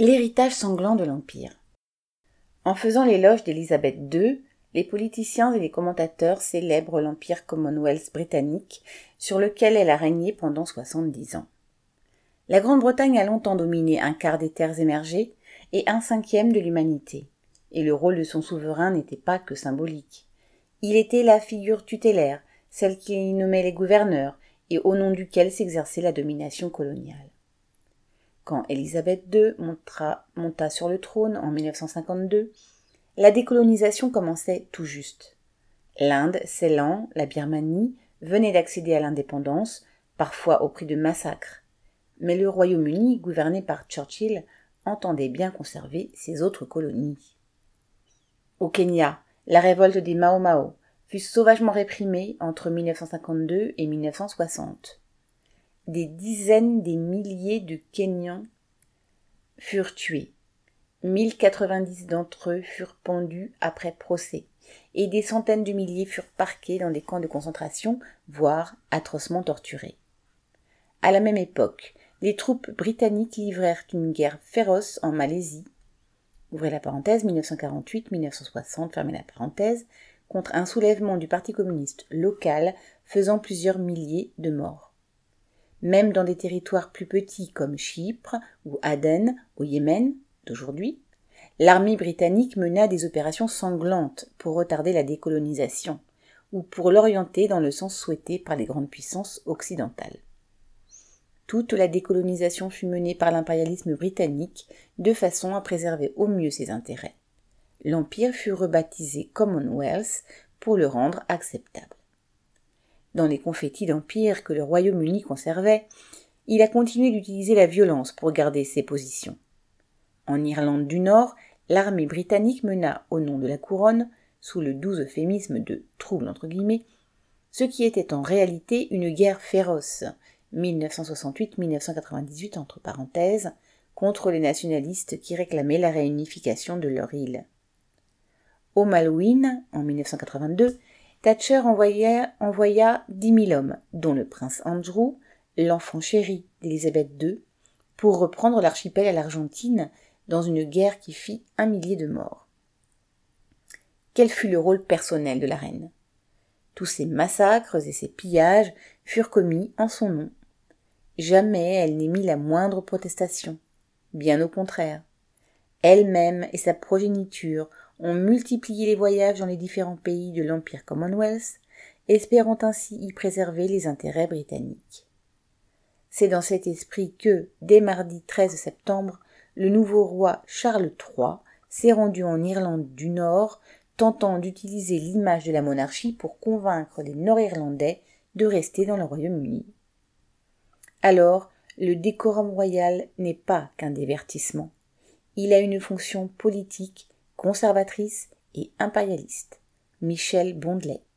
L'héritage sanglant de l'Empire. En faisant l'éloge d'Élisabeth II, les politiciens et les commentateurs célèbrent l'Empire Commonwealth britannique sur lequel elle a régné pendant 70 ans. La Grande-Bretagne a longtemps dominé un quart des terres émergées et un cinquième de l'humanité, et le rôle de son souverain n'était pas que symbolique. Il était la figure tutélaire, celle qui nommait les gouverneurs et au nom duquel s'exerçait la domination coloniale. Quand Élisabeth II monta sur le trône en 1952, la décolonisation commençait tout juste. L'Inde, Ceylan, la Birmanie venaient d'accéder à l'indépendance, parfois au prix de massacres. Mais le Royaume-Uni, gouverné par Churchill, entendait bien conserver ses autres colonies. Au Kenya, la révolte des Mau Mau fut sauvagement réprimée entre 1952 et 1960. Des dizaines de milliers de Kenyans furent tués. 1090 d'entre eux furent pendus après procès, et des centaines de milliers furent parqués dans des camps de concentration, voire atrocement torturés. À la même époque, les troupes britanniques livrèrent une guerre féroce en Malaisie, ouvrez la parenthèse, 1948-1960, fermez la parenthèse, contre un soulèvement du Parti communiste local faisant plusieurs milliers de morts. Même dans des territoires plus petits comme Chypre ou Aden au Yémen d'aujourd'hui, l'armée britannique mena des opérations sanglantes pour retarder la décolonisation ou pour l'orienter dans le sens souhaité par les grandes puissances occidentales. Toute la décolonisation fut menée par l'impérialisme britannique de façon à préserver au mieux ses intérêts. L'Empire fut rebaptisé Commonwealth pour le rendre acceptable. Dans les confettis d'empire que le Royaume-Uni conservait, il a continué d'utiliser la violence pour garder ses positions. En Irlande du Nord, l'armée britannique mena, au nom de la couronne, sous le doux euphémisme de « trouble » entre guillemets, ce qui était en réalité une guerre féroce, 1968-1998 entre parenthèses, contre les nationalistes qui réclamaient la réunification de leur île. Au Malouine, en 1982, Thatcher envoya 10 000 hommes, dont le prince Andrew, l'enfant chéri d'Élisabeth II, pour reprendre l'archipel à l'Argentine dans une guerre qui fit 1 millier de morts. Quel fut le rôle personnel de la reine ? Tous ces massacres et ces pillages furent commis en son nom. Jamais elle n'émit la moindre protestation, bien au contraire. Elle-même et sa progéniture ont multiplié les voyages dans les différents pays de l'Empire Commonwealth, espérant ainsi y préserver les intérêts britanniques. C'est dans cet esprit que, dès mardi 13 septembre, le nouveau roi Charles III s'est rendu en Irlande du Nord, tentant d'utiliser l'image de la monarchie pour convaincre les Nord-Irlandais de rester dans le Royaume-Uni. Alors, le décorum royal n'est pas qu'un divertissement. Il a une fonction politique, conservatrice et impérialiste. Michel Bondelet.